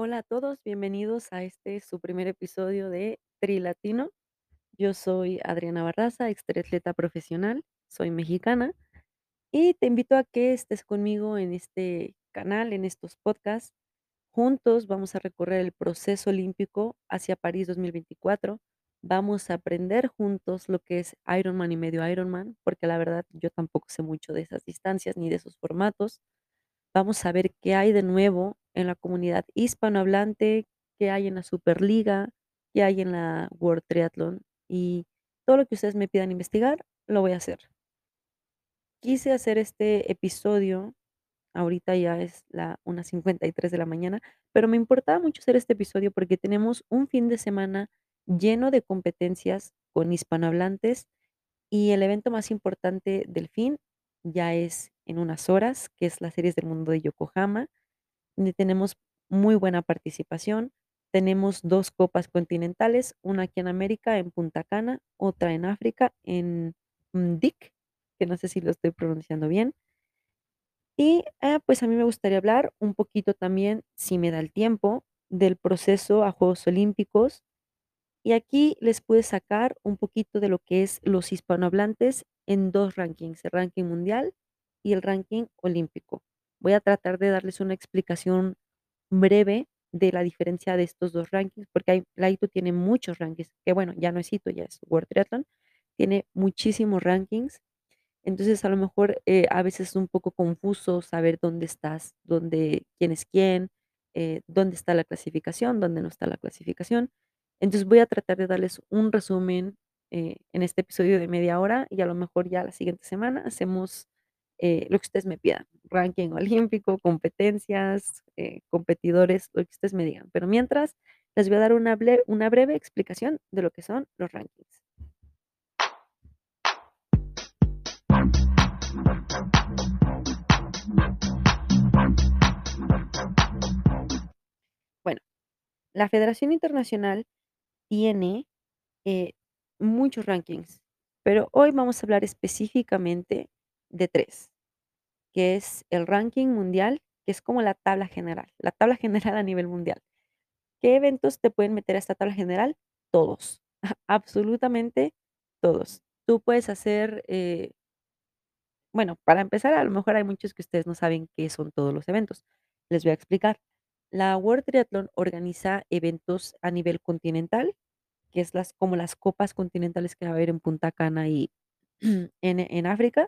Hola a todos, bienvenidos a este su primer episodio de Trilatino. Yo soy Adriana Barraza, extriatleta profesional, soy mexicana y te invito a que estés conmigo en este canal, en estos podcasts. Juntos vamos a recorrer el proceso olímpico hacia París 2024. Vamos a aprender juntos lo que es Ironman y medio Ironman, porque la verdad yo tampoco sé mucho de esas distancias ni de esos formatos. Vamos a ver qué hay de nuevo en la comunidad hispanohablante, qué hay en la Superliga, qué hay en la World Triathlon y todo lo que ustedes me pidan investigar, lo voy a hacer. Quise hacer este episodio, ahorita ya es la 1:53 de la mañana, pero me importaba mucho hacer este episodio porque tenemos un fin de semana lleno de competencias con hispanohablantes y el evento más importante del fin ya es en unas horas, que es las Series del Mundo de Yokohama, donde tenemos muy buena participación. Tenemos 2 copas continentales, una aquí en América, en Punta Cana, otra en África, en Mdik, que no sé si lo estoy pronunciando bien. Y, pues, a mí me gustaría hablar un poquito también, si me da el tiempo, del proceso a Juegos Olímpicos. Y aquí les pude sacar un poquito de lo que es los hispanohablantes en 2 rankings, el ranking mundial y el ranking olímpico. Voy a tratar de darles una explicación breve de la diferencia de estos 2 rankings, porque la ITU tiene muchos rankings, que bueno, ya no es ITU, ya es World Triathlon, tiene muchísimos rankings. Entonces, a lo mejor, a veces es un poco confuso saber dónde estás, dónde quién es quién, dónde está la clasificación, dónde no está la clasificación. Entonces, voy a tratar de darles un resumen, en este episodio de media hora, y a lo mejor ya la siguiente semana hacemos, lo que ustedes me pidan, ranking olímpico, competencias, competidores, lo que ustedes me digan. Pero mientras, les voy a dar una breve explicación de lo que son los rankings. Bueno, la Federación Internacional tiene, eh, muchos rankings, pero hoy vamos a hablar específicamente de 3, que es el ranking mundial, que es como la tabla general a nivel mundial. ¿Qué eventos te pueden meter a esta tabla general? Todos, absolutamente todos. Tú puedes hacer, bueno, para empezar, a lo mejor hay muchos que ustedes no saben qué son todos los eventos. Les voy a explicar. La World Triathlon organiza eventos a nivel continental, que es como las copas continentales que va a haber en Punta Cana y en África.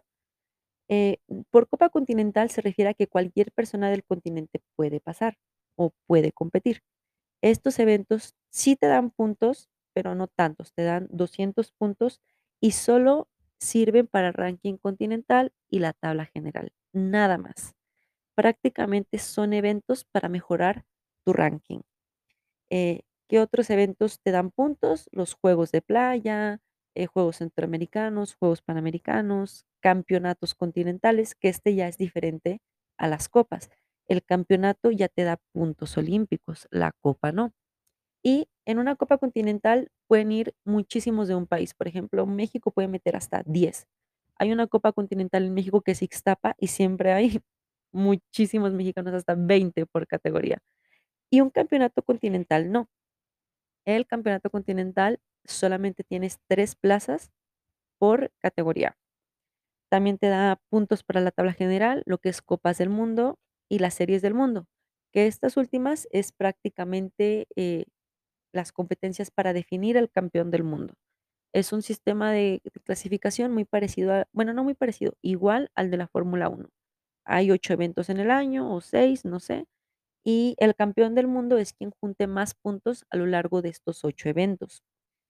Por copa continental se refiere a que cualquier persona del continente puede pasar o puede competir. Estos eventos sí te dan puntos, pero no tantos, te dan 200 puntos y solo sirven para el ranking continental y la tabla general, nada más. Prácticamente son eventos para mejorar tu ranking. ¿Qué otros eventos te dan puntos? Los juegos de playa, juegos centroamericanos, juegos panamericanos, campeonatos continentales, que este ya es diferente a las copas. El campeonato ya te da puntos olímpicos, la copa no. Y en una copa continental pueden ir muchísimos de un país. Por ejemplo, México puede meter hasta 10. Hay una copa continental en México que es Ixtapa y siempre hay muchísimos mexicanos, hasta 20 por categoría. Y un campeonato continental no. El campeonato continental solamente tienes 3 plazas por categoría. También te da puntos para la tabla general, lo que es Copas del Mundo y las Series del Mundo, que estas últimas es prácticamente, las competencias para definir el campeón del mundo. Es un sistema de clasificación muy parecido a, bueno, no muy parecido, igual al de la Fórmula 1. Hay 8 eventos en el año o 6, no sé, y el campeón del mundo es quien junte más puntos a lo largo de estos 8 eventos.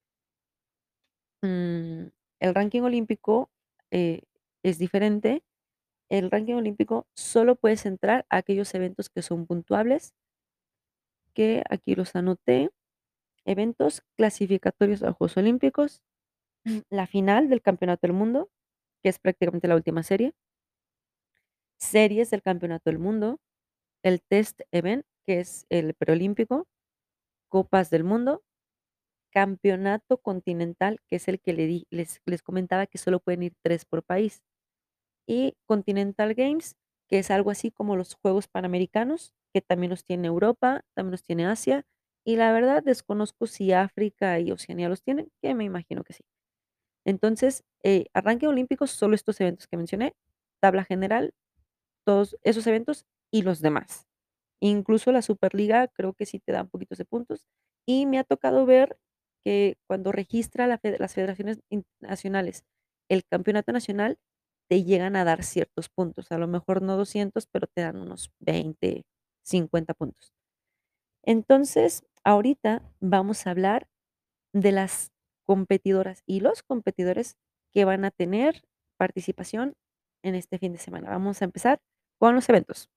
Mm, el ranking olímpico, eh, es diferente. El ranking olímpico solo puedes entrar a aquellos eventos que son puntuables, que aquí los anoté. Eventos clasificatorios a Juegos Olímpicos, la final del Campeonato del Mundo, que es prácticamente la última serie, series del Campeonato del Mundo, el Test Event, que es el preolímpico, Copas del Mundo, Campeonato Continental, que es el que les comentaba que solo pueden ir 3 por país, y Continental Games, que es algo así como los Juegos Panamericanos, que también los tiene Europa, también los tiene Asia, y la verdad desconozco si África y Oceanía los tienen, que me imagino que sí. Entonces, arranque olímpico, solo estos eventos que mencioné, tabla general, todos esos eventos y los demás. Incluso la Superliga creo que sí te da un poquitos de puntos, y me ha tocado ver que cuando registra las federaciones nacionales el campeonato nacional, te llegan a dar ciertos puntos, a lo mejor no 200, pero te dan unos 20, 50 puntos. Entonces, ahorita vamos a hablar de las competidoras y los competidores que van a tener participación en este fin de semana. Vamos a empezar con los eventos.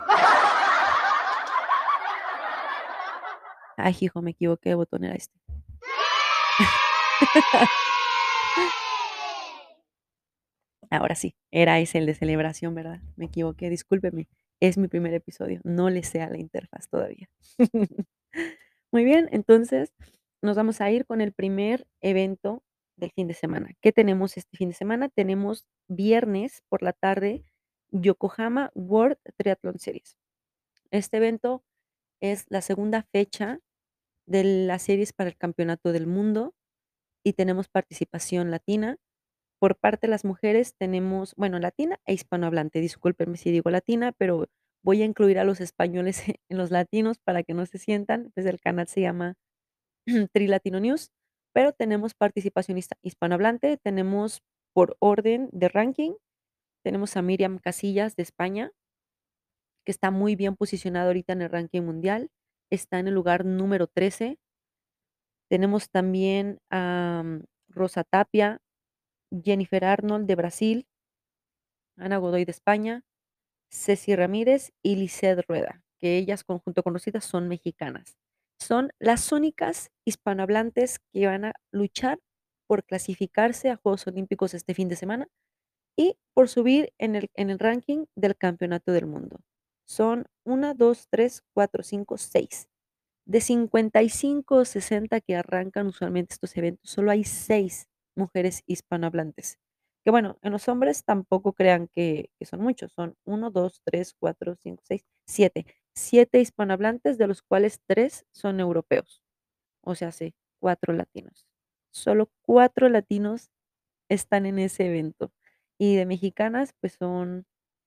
Ay, hijo, me equivoqué de botón, era este. Ahora sí, era ese el de celebración, ¿verdad? Me equivoqué, discúlpeme. Es mi primer episodio, no le sé a la interfaz todavía. Muy bien, entonces nos vamos a ir con el primer evento del fin de semana. ¿Qué tenemos este fin de semana? Tenemos viernes por la tarde Yokohama World Triathlon Series. Este evento es la segunda fecha de las series para el Campeonato del Mundo y tenemos participación latina. Por parte de las mujeres tenemos, bueno, latina e hispanohablante. Discúlpenme si digo latina, pero voy a incluir a los españoles en los latinos para que no se sientan. Pues el canal se llama Trilatino News, pero tenemos participación hispanohablante. Tenemos por orden de ranking, tenemos a Miriam Casillas de España, que está muy bien posicionada ahorita en el ranking mundial. Está en el lugar número 13. Tenemos también a Rosa Tapia, Jennifer Arnold de Brasil, Ana Godoy de España, Ceci Ramírez y Lisset Rueda, que ellas conjunto con Rosita son mexicanas. Son las únicas hispanohablantes que van a luchar por clasificarse a Juegos Olímpicos este fin de semana y por subir en el ranking del Campeonato del Mundo. Son una, 2, 3, 4, 5, 6. De 55 o 60 que arrancan usualmente estos eventos, solo hay 6 mujeres hispanohablantes. Que bueno, en los hombres tampoco crean que son muchos, son uno, 2, 3, 4, 5, 6, 7. 7 hispanohablantes, de los cuales 3 son europeos, o sea, sí, 4 latinos. Solo 4 latinos están en ese evento. Y de mexicanas, pues son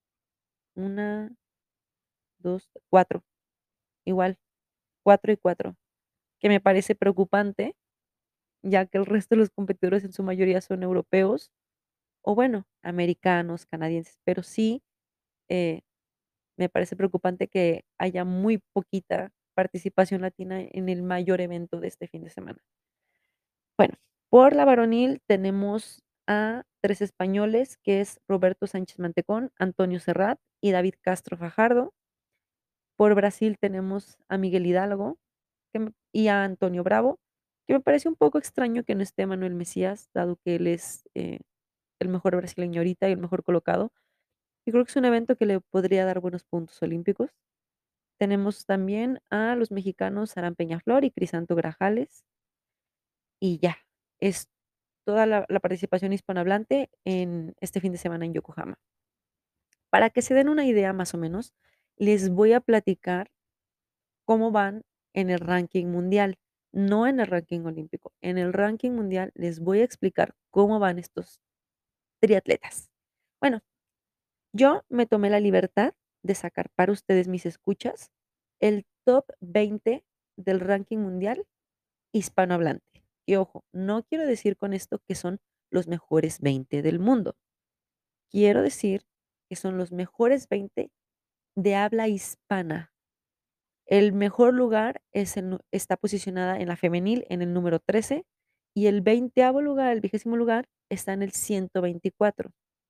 una, 2, 4, igual, 4 y 4, que me parece preocupante ya que el resto de los competidores en su mayoría son europeos o bueno, americanos, canadienses, pero sí, eh, me parece preocupante que haya muy poquita participación latina en el mayor evento de este fin de semana. Bueno, por la varonil tenemos a 3 españoles, que es Roberto Sánchez Mantecón, Antonio Serrat y David Castro Fajardo. Por Brasil tenemos a Miguel Hidalgo y a Antonio Bravo, que me parece un poco extraño que no esté Manuel Mesías, dado que él es el mejor brasileño ahorita y el mejor colocado. Y creo que es un evento que le podría dar buenos puntos olímpicos. Tenemos también a los mexicanos Sarán Peñaflor y Crisanto Grajales. Y ya, es toda la participación hispanohablante en este fin de semana en Yokohama. Para que se den una idea más o menos, les voy a platicar cómo van en el ranking mundial, no en el ranking olímpico. En el ranking mundial les voy a explicar cómo van estos triatletas. Bueno, yo me tomé la libertad de sacar para ustedes, mis escuchas, el top 20 del ranking mundial hispanohablante. Y ojo, no quiero decir con esto que son los mejores 20 del mundo. Quiero decir que son los mejores 20 de habla hispana. El mejor lugar está posicionada en la femenil en el número 13 y el 20º lugar, el 20º lugar, está en el 124.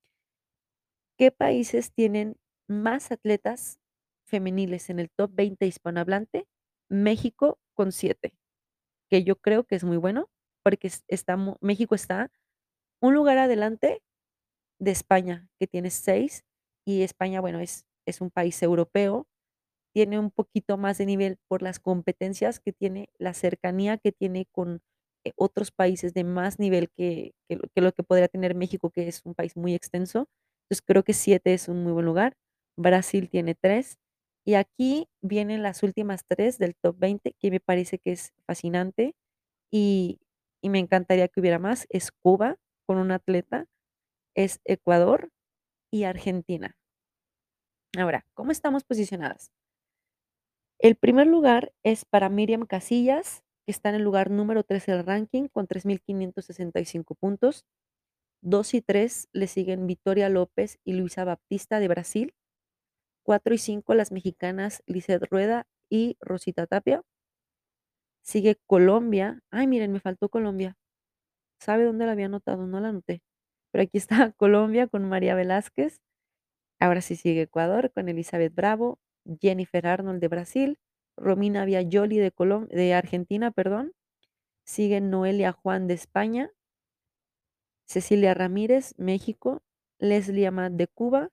¿Qué países tienen más atletas femeniles en el top 20 hispanohablante? México con 7, que yo creo que es muy bueno, porque México está un lugar adelante de España, que tiene 6, y España, bueno, es un país europeo, tiene un poquito más de nivel por las competencias que tiene, la cercanía que tiene con otros países de más nivel que lo que podría tener México, que es un país muy extenso. Entonces creo que 7 es un muy buen lugar. Brasil tiene 3 Y aquí vienen las últimas 3 del top 20 que me parece que es fascinante y y me encantaría que hubiera más. Es Cuba, con un atleta, es Ecuador y Argentina. Ahora, ¿cómo estamos posicionadas? El primer lugar es para Miriam Casillas, que está en el lugar número 13 del ranking con 3.565 puntos. 2 y 3 le siguen Victoria López y Luisa Baptista de Brasil. 4 y 5 las mexicanas Lisset Rueda y Rosita Tapia. Sigue Colombia. Ay, miren, me faltó Colombia. ¿Sabe dónde la había anotado? No la anoté. Pero aquí está Colombia con María Velázquez. Ahora sí sigue Ecuador con Elizabeth Bravo, Jennifer Arnold de Brasil, Romina Viajoli de Argentina, perdón. Sigue Noelia Juan de España, Cecilia Ramírez, México, Leslie Amat de Cuba.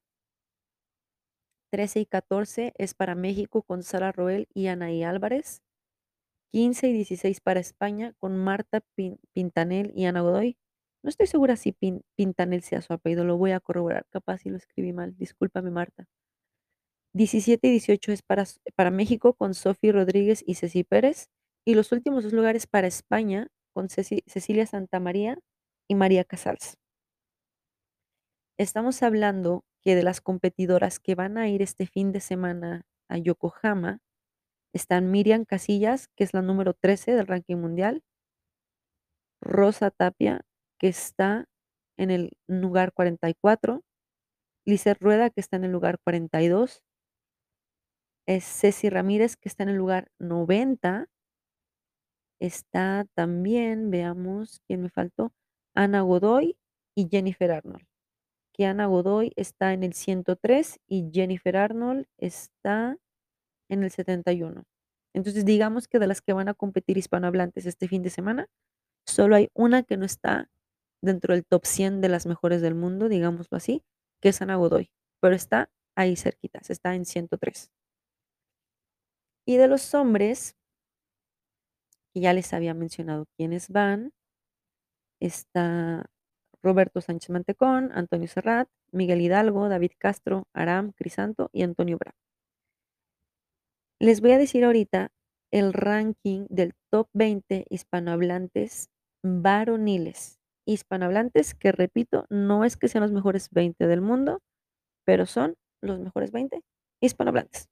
13 y 14 es para México con Sara Roel y Anaí Álvarez. 15 y 16 para España con Marta Pintanel y Ana Godoy. No estoy segura si Pintanel sea su apellido, lo voy a corroborar, capaz si lo escribí mal. Discúlpame, Marta. 17 y 18 es para México con Sofi Rodríguez y Ceci Pérez. Y los últimos 2 lugares para España con Cecilia Santamaría y María Casals. Estamos hablando que de las competidoras que van a ir este fin de semana a Yokohama están Miriam Casillas, que es la número 13 del ranking mundial, Rosa Tapia, que está en el lugar 44, Lisset Rueda, que está en el lugar 42, es Ceci Ramírez, que está en el lugar 90, está también, veamos quién me faltó, Ana Godoy y Jennifer Arnold, que Ana Godoy está en el 103 y Jennifer Arnold está en el 71. Entonces, digamos que de las que van a competir hispanohablantes este fin de semana, solo hay una que no está dentro del top 100 de las mejores del mundo, digámoslo así, que es Ana Godoy, pero está ahí cerquitas, está en 103. Y de los hombres, que ya les había mencionado quiénes van, está Roberto Sánchez Mantecón, Antonio Serrat, Miguel Hidalgo, David Castro, Aram Crisanto y Antonio Bravo. Les voy a decir ahorita el ranking del top 20 hispanohablantes varoniles. Hispanohablantes que, repito, no es que sean los mejores 20 del mundo, pero son los mejores 20 hispanohablantes.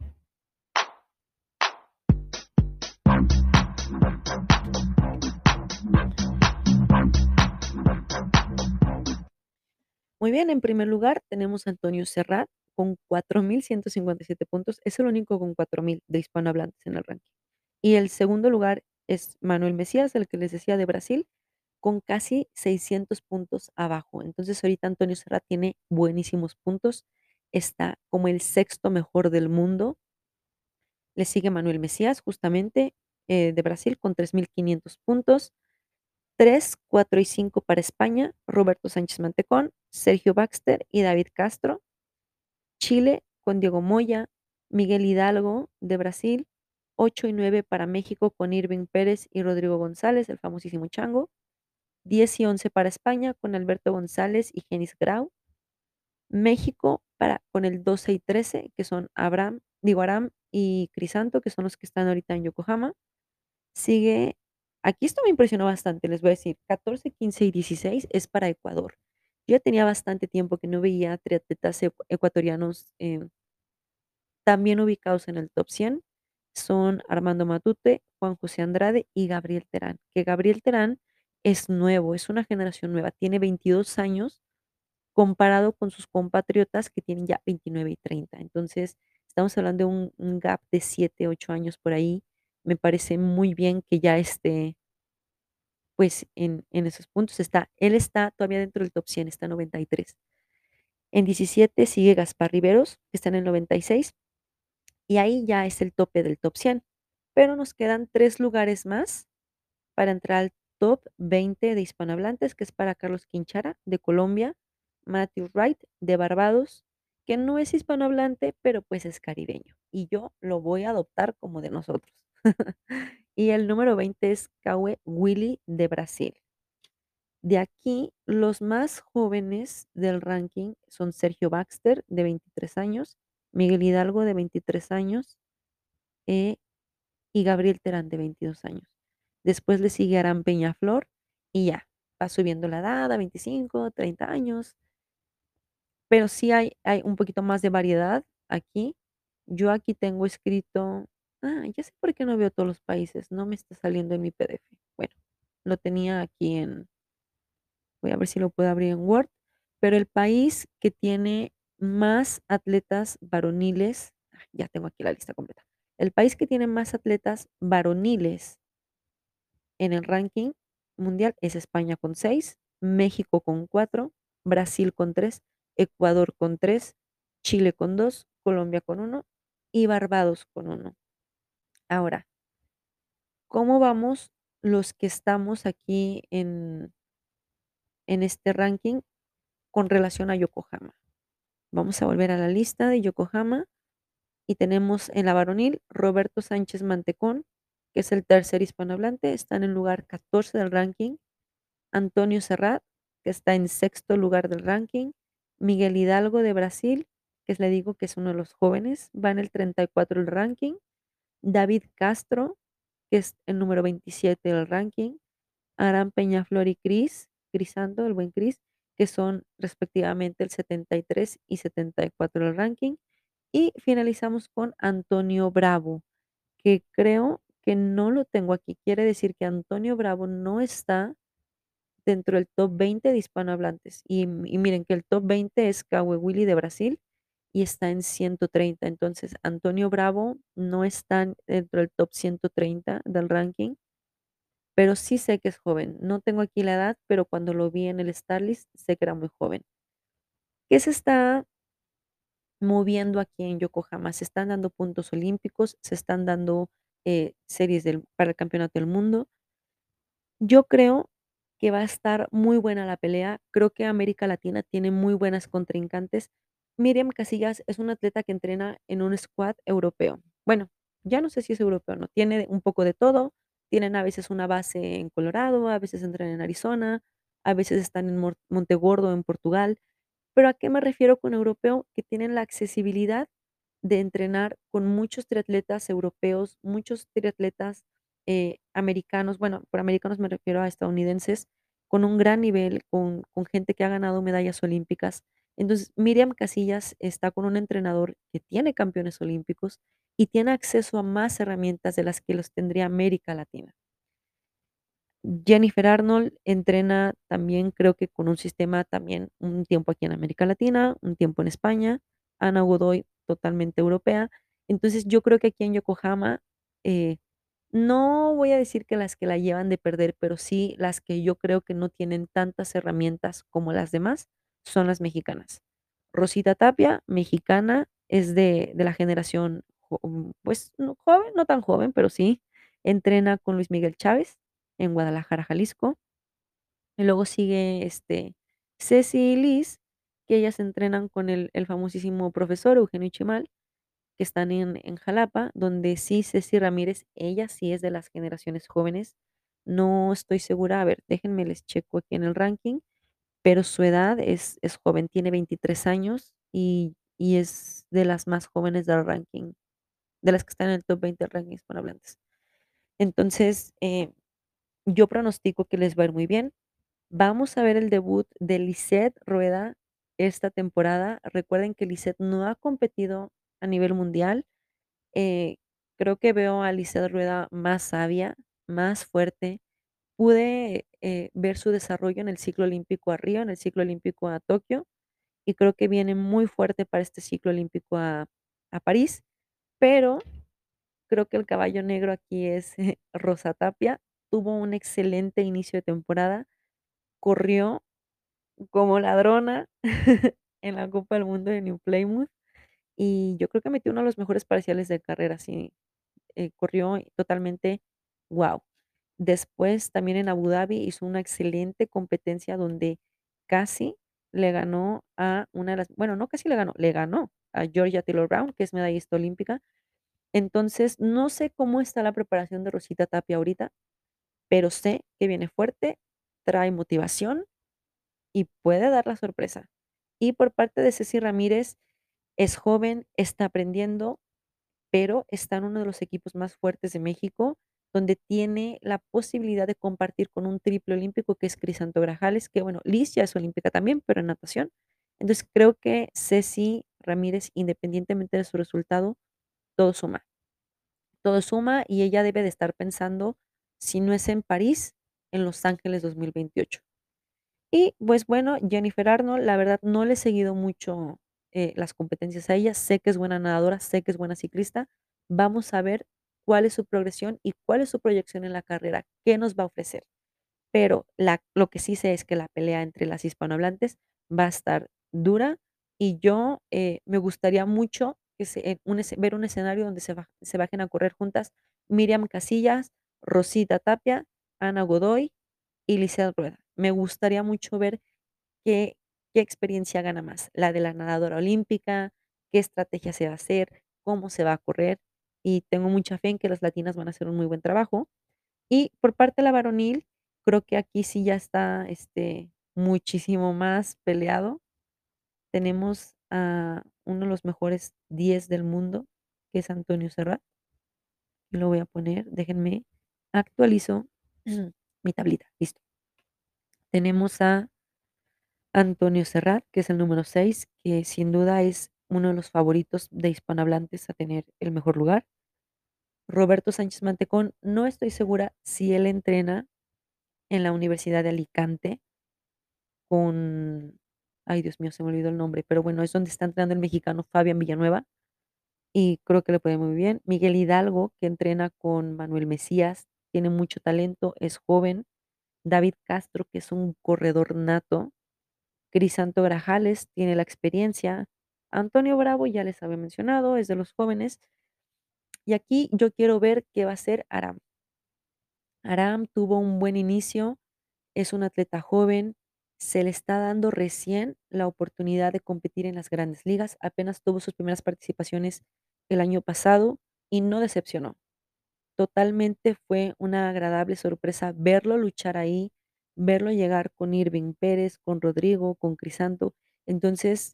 Muy bien, en primer lugar tenemos a Antonio Serrat con 4.157 puntos. Es el único con 4.000 de hispanohablantes en el ranking. Y el segundo lugar es Manuel Mesías, el que les decía de Brasil, con casi 600 puntos abajo. Entonces ahorita Antonio Serrat tiene buenísimos puntos. Está como el sexto mejor del mundo. Le sigue Manuel Mesías, justamente de Brasil, con 3.500 puntos. 3, 4 y 5 para España, Roberto Sánchez Mantecón, Sergio Baxter y David Castro. Chile con Diego Moya, Miguel Hidalgo de Brasil. 8 y 9 para México con Irving Pérez y Rodrigo González, el famosísimo Chango. 10 y 11 para España con Alberto González y Genis Grau. México con el 12 y 13, que son Aram y Crisanto, que son los que están ahorita en Yokohama. Sigue, aquí esto me impresionó bastante, les voy a decir, 14, 15 y 16 es para Ecuador. Yo ya tenía bastante tiempo que no veía triatletas ecuatorianos también ubicados en el top 100. Son Armando Matute, Juan José Andrade y Gabriel Terán. Que Gabriel Terán es nuevo, es una generación nueva, tiene 22 años comparado con sus compatriotas que tienen ya 29 y 30. Entonces, estamos hablando de un gap de 7, 8 años por ahí. Me parece muy bien que ya esté, pues, en esos puntos. Él está todavía dentro del top 100, está en 93. En 17 sigue Gaspar Riveros, que está en el 96, y ahí ya es el tope del top 100. Pero nos quedan 3 lugares más para entrar al top 20 de hispanohablantes, que es para Carlos Quinchara, de Colombia, Matthew Wright, de Barbados, que no es hispanohablante, pero pues es caribeño. Y yo lo voy a adoptar como de nosotros. Y el número 20 es Kawe Willy, de Brasil. De aquí, los más jóvenes del ranking son Sergio Baxter, de 23 años, Miguel Hidalgo de 23 años, eh, y Gabriel Terán de 22 años. Después le sigue Aram Peñaflor y ya, va subiendo la edad a 25, 30 años, pero sí hay un poquito más de variedad aquí. Yo aquí tengo escrito, ya sé por qué no veo todos los países, no me está saliendo en mi PDF. Bueno, lo tenía aquí voy a ver si lo puedo abrir en Word, pero el país que tiene más atletas varoniles, ya tengo aquí la lista completa. El país que tiene más atletas varoniles en el ranking mundial es España con 6, México con 4, Brasil con 3, Ecuador con 3, Chile con 2, Colombia con 1 y Barbados con 1. Ahora, ¿cómo vamos los que estamos aquí en este ranking con relación a Yokohama? Vamos a volver a la lista de Yokohama y tenemos en la varonil Roberto Sánchez Mantecón, que es el tercer hispanohablante, está en el lugar 14 del ranking. Antonio Serrat, que está en sexto lugar del ranking. Miguel Hidalgo de Brasil, que le digo que es uno de los jóvenes, va en el 34 del ranking. David Castro, que es el número 27 del ranking. Aram Peñaflor y Crisando, el buen Cris, que son respectivamente el 73 y 74 del ranking. Y finalizamos con Antonio Bravo, que creo que no lo tengo aquí. Quiere decir que Antonio Bravo no está dentro del top 20 de hispanohablantes. Y miren que el top 20 es Willy de Brasil y está en 130. Entonces, Antonio Bravo no está dentro del top 130 del ranking, pero sí sé que es joven. No tengo aquí la edad, pero cuando lo vi en el Starlist sé que era muy joven. ¿Qué se está moviendo aquí en Yokohama? Se están dando puntos olímpicos, se están dando series para el campeonato del mundo. Yo creo que va a estar muy buena la pelea. Creo que América Latina tiene muy buenas contrincantes. Miriam Casillas es una atleta que entrena en un squad europeo. Bueno, ya no sé si es europeo o no. Tiene un poco de todo. Tienen a veces una base en Colorado, a veces entrenan en Arizona, a veces están en Montegordo, en Portugal. Pero ¿a qué me refiero con europeo? Que tienen la accesibilidad de entrenar con muchos triatletas europeos, muchos triatletas americanos, bueno, por americanos me refiero a estadounidenses, con un gran nivel, con gente que ha ganado medallas olímpicas. Entonces, Miriam Casillas está con un entrenador que tiene campeones olímpicos y tiene acceso a más herramientas de las que los tendría América Latina. Jennifer Arnold entrena también, creo que con un sistema también, un tiempo aquí en América Latina, un tiempo en España. Ana Godoy, totalmente europea. Entonces, yo creo que aquí en Yokohama, eh, no voy a decir que las que la llevan de perder, pero sí las que yo creo que no tienen tantas herramientas como las demás son las mexicanas. Rosita Tapia, mexicana, es de la generación, pues no, joven, no tan joven, pero sí, entrena con Luis Miguel Chávez en Guadalajara, Jalisco. Y luego sigue Ceci y Liz, que ellas entrenan con el famosísimo profesor Eugenio Chimal, que están en Jalapa, donde sí Ceci Ramírez, ella sí es de las generaciones jóvenes. No estoy segura, a ver, déjenme les checo aquí en el ranking, pero su edad es joven, tiene 23 años y es de las más jóvenes del ranking, de las que están en el top 20 del ranking hispanohablantes. Entonces, yo pronostico que les va a ir muy bien. Vamos a ver el debut de Lisette Rueda esta temporada. Recuerden que Lisette no ha competido a nivel mundial. Eh, Creo que veo a Lisette Rueda más sabia, más fuerte. Pude ver su desarrollo en el ciclo olímpico a Río, en el ciclo olímpico a Tokio, y creo que viene muy fuerte para este ciclo olímpico a París, pero creo que el caballo negro aquí es Rosa Tapia. Tuvo un excelente inicio de temporada, corrió como ladrona en la Copa del Mundo de New Plymouth y yo creo que metió uno de los mejores parciales de carrera, sí, corrió totalmente wow. Después también en Abu Dhabi hizo una excelente competencia donde casi le ganó a una de las, bueno, no casi le ganó a Georgia Taylor Brown, que es medallista olímpica. Entonces, no sé cómo está la preparación de Rosita Tapia ahorita, pero sé que viene fuerte, trae motivación y puede dar la sorpresa. Y por parte de Ceci Ramírez, Es joven, está aprendiendo, pero está en uno de los equipos más fuertes de México, donde tiene la posibilidad de compartir con un triple olímpico que es Crisanto Grajales, que bueno, Liz ya es olímpica también, pero en natación. Entonces creo que Ceci Ramírez, independientemente de su resultado, todo suma. Todo suma y ella debe de estar pensando, si no es en París, en Los Ángeles 2028. Y pues bueno, Jennifer Arnold, la verdad no le he seguido mucho las competencias a ella. Sé que es buena nadadora, sé que es buena ciclista. Vamos a ver cuál es su progresión y cuál es su proyección en la carrera, qué nos va a ofrecer. Pero lo que sí sé es que la pelea entre las hispanohablantes va a estar dura y yo me gustaría mucho que ver un escenario donde se bajen a correr juntas Miriam Casillas, Rosita Tapia, Ana Godoy y Lizeth Rueda. Me gustaría mucho ver qué, qué experiencia gana más, la de la nadadora olímpica, qué estrategia se va a hacer, cómo se va a correr. Y tengo mucha fe en que las latinas van a hacer un muy buen trabajo. Y por parte de la varonil, creo que aquí sí ya está, muchísimo más peleado. Tenemos a uno de los mejores 10 del mundo, que es Antonio Serrat, y lo voy a poner, déjenme actualizo mi tablita, listo. Tenemos a Antonio Serrat, que es el número 6, que sin duda es uno de los favoritos de hispanohablantes a tener el mejor lugar. Roberto Sánchez Mantecón, no estoy segura si él entrena en la Universidad de Alicante con, ay Dios mío, se me olvidó el nombre, pero bueno, es donde está entrenando el mexicano Fabián Villanueva y creo que le puede muy bien. Miguel Hidalgo, que entrena con Manuel Mesías, tiene mucho talento, es joven. David Castro, que es un corredor nato. Crisanto Grajales tiene la experiencia. Antonio Bravo, ya les había mencionado, es de los jóvenes. Y aquí yo quiero ver qué va a hacer Aram. Aram tuvo un buen inicio, es un atleta joven, se le está dando recién la oportunidad de competir en las grandes ligas, apenas tuvo sus primeras participaciones el año pasado y no decepcionó. Totalmente fue una agradable sorpresa verlo luchar ahí, verlo llegar con Irving Pérez, con Rodrigo, con Crisanto. Entonces,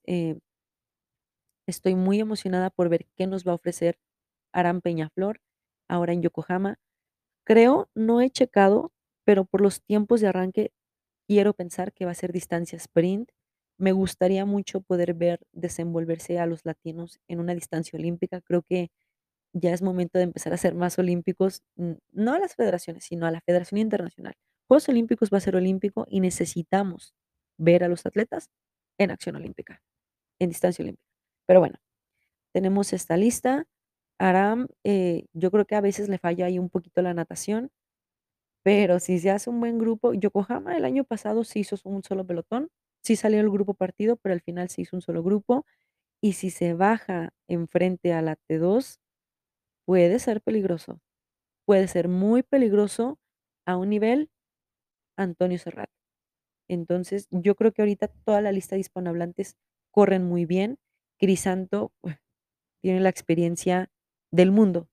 estoy muy emocionada por ver qué nos va a ofrecer Aram Peñaflor ahora en Yokohama. Creo, no he checado, pero por los tiempos de arranque quiero pensar que va a ser distancia sprint. Me gustaría mucho poder ver desenvolverse a los latinos en una distancia olímpica. Creo que ya es momento de empezar a ser más olímpicos, no a las federaciones, sino a la Federación Internacional. Juegos Olímpicos va a ser olímpico y necesitamos ver a los atletas en acción olímpica, en distancia olímpica. Pero bueno, tenemos esta lista. Aram, yo creo que a veces le falla ahí un poquito la natación, pero si se hace un buen grupo, Yokohama el año pasado se hizo un solo pelotón, sí salió el grupo partido, pero al final se hizo un solo grupo, y si se baja enfrente a la T2, puede ser peligroso, puede ser muy peligroso a un nivel Antonio Serrat. Entonces, yo creo que ahorita toda la lista de hispanohablantes corren muy bien. Crisanto tiene la experiencia del mundo.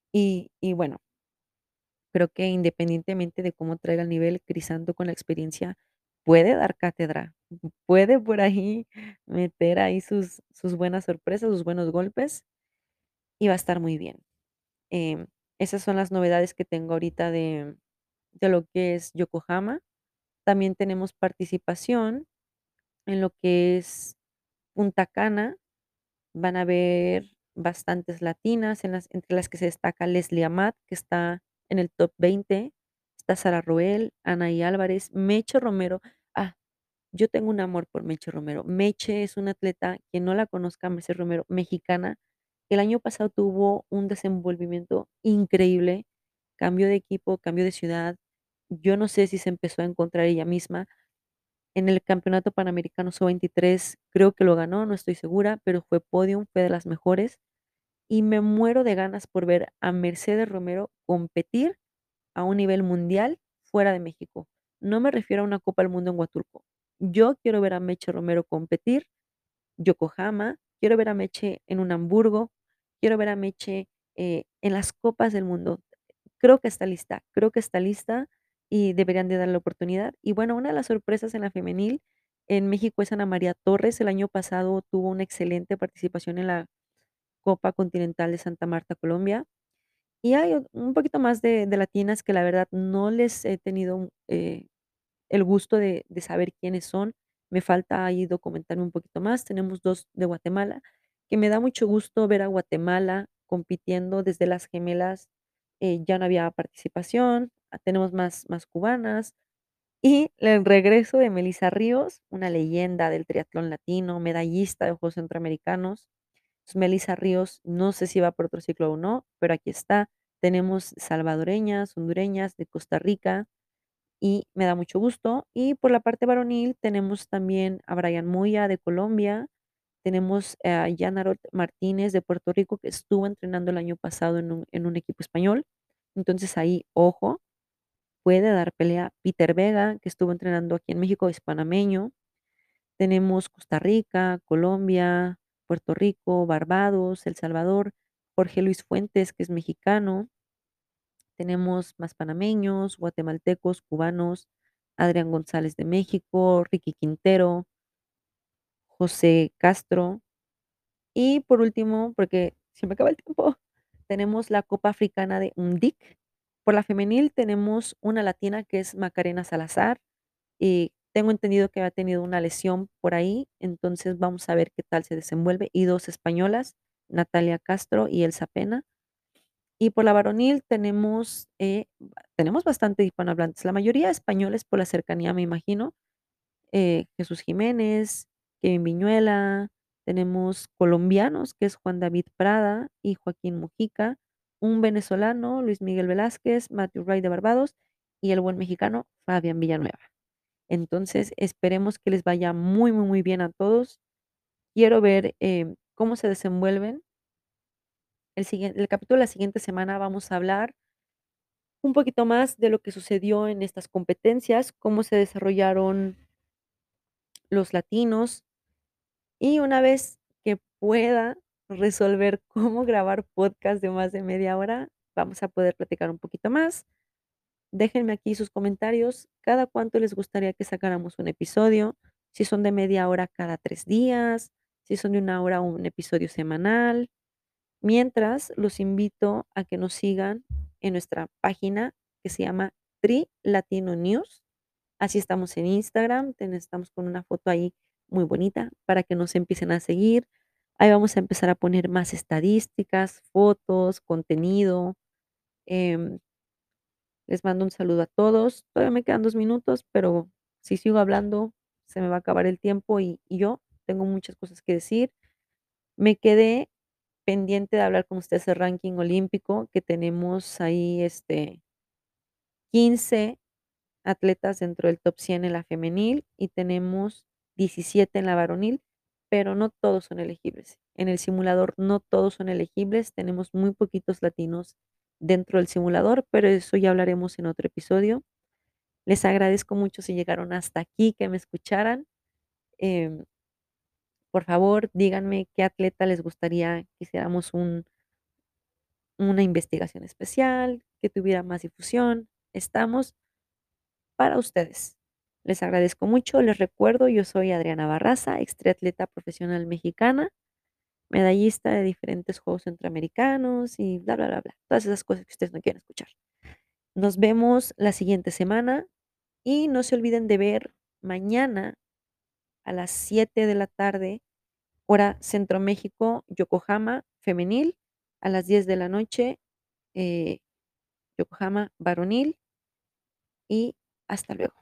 Y bueno, creo que independientemente de cómo traiga el nivel, Crisanto con la experiencia puede dar cátedra, puede por ahí meter ahí sus buenas sorpresas, sus buenos golpes y va a estar muy bien. Em, Esas son las novedades que tengo ahorita de lo que es Yokohama. También tenemos participación en lo que es Punta Cana. Van a haber bastantes latinas, entre las que se destaca Leslie Amat, que está en el top 20, está Sara Roel, Anaí Álvarez, Meche Romero. Ah, yo tengo un amor por Meche Romero. Meche es una atleta, quien no la conozca, Meche Romero, mexicana. El año pasado tuvo un desenvolvimiento increíble, cambio de equipo, cambio de ciudad. Yo no sé si se empezó a encontrar ella misma. En el Campeonato Panamericano Sub-23 creo que lo ganó, no estoy segura, pero fue podium, fue de las mejores. Y me muero de ganas por ver a Mercedes Romero competir a un nivel mundial fuera de México. No me refiero a una Copa del Mundo en Huatulco. Yo quiero ver a Meche Romero competir, Yokohama, quiero ver a Meche en un Hamburgo, quiero ver a Meche en las Copas del Mundo. Creo que está lista y deberían de darle la oportunidad. Y bueno, una de las sorpresas en la femenil en México es Ana María Torres. El año pasado tuvo una excelente participación en la Copa Continental de Santa Marta, Colombia. Y hay un poquito más de latinas que la verdad no les he tenido, el gusto de saber quiénes son. Me falta ahí documentarme un poquito más. Tenemos 2 de Guatemala, que me da mucho gusto ver a Guatemala compitiendo desde las gemelas, ya no había participación, tenemos más cubanas. Y el regreso de Melissa Ríos, una leyenda del triatlón latino, medallista de Juegos Centroamericanos. Pues, Melissa Ríos, no sé si va por otro ciclo o no, pero aquí está. Tenemos salvadoreñas, hondureñas, de Costa Rica, y me da mucho gusto. Y por la parte varonil tenemos también a Brian Moya de Colombia, tenemos a Yanarot Martínez de Puerto Rico, que estuvo entrenando el año pasado en un equipo español. Entonces ahí, ojo, puede dar pelea. Peter Vega, que estuvo entrenando aquí en México, es panameño. Tenemos Costa Rica, Colombia, Puerto Rico, Barbados, El Salvador, Jorge Luis Fuentes, que es mexicano. Tenemos más panameños, guatemaltecos, cubanos, Adrián González de México, Ricky Quintero, José Castro. Y por último, porque se me acaba el tiempo, tenemos la Copa Africana de UNDIC. Por la femenil tenemos una latina que es Macarena Salazar. Y tengo entendido que ha tenido una lesión por ahí, entonces vamos a ver qué tal se desenvuelve. Y 2 españolas, Natalia Castro y Elsa Pena. Y por la varonil tenemos bastante hispanohablantes, la mayoría españoles por la cercanía, me imagino. Jesús Jiménez, Kevin Viñuela, tenemos colombianos, que es Juan David Prada y Joaquín Mujica, un venezolano, Luis Miguel Velázquez, Matthew Wright de Barbados, y el buen mexicano, Fabián Villanueva. Entonces, esperemos que les vaya muy, muy, muy bien a todos. Quiero ver, cómo se desenvuelven. El capítulo de la siguiente semana vamos a hablar un poquito más de lo que sucedió en estas competencias, cómo se desarrollaron los latinos, y una vez que pueda resolver cómo grabar podcast de más de media hora, vamos a poder platicar un poquito más. Déjenme aquí sus comentarios, cada cuánto les gustaría que sacáramos un episodio, si son de media hora cada 3 días, si son de una hora un episodio semanal. Mientras, los invito a que nos sigan en nuestra página que se llama Tri Latino News. Así estamos en Instagram, estamos con una foto ahí muy bonita para que nos empiecen a seguir. Ahí vamos a empezar a poner más estadísticas, fotos, contenido. em, Les mando un saludo a todos. Todavía me quedan 2 minutos, pero si sigo hablando se me va a acabar el tiempo y yo tengo muchas cosas que decir. Me quedé pendiente de hablar con ustedes el ranking olímpico, que tenemos ahí, 15 atletas dentro del top 100 en la femenil y tenemos 17 en la varonil, pero no todos son elegibles. En el simulador no todos son elegibles, tenemos muy poquitos latinos dentro del simulador, pero eso ya hablaremos en otro episodio. Les agradezco mucho si llegaron hasta aquí, que me escucharan. Em, por favor, díganme qué atleta les gustaría que hiciéramos una investigación especial, que tuviera más difusión. Estamos para ustedes. Les agradezco mucho, les recuerdo, yo soy Adriana Barraza, ex triatleta profesional mexicana, medallista de diferentes Juegos Centroamericanos y bla, bla, bla, bla. Todas esas cosas que ustedes no quieren escuchar. Nos vemos la siguiente semana y no se olviden de ver mañana a las 7 de la tarde, hora Centro México, Yokohama femenil, a las 10 de la noche, eh, Yokohama varonil, y hasta luego.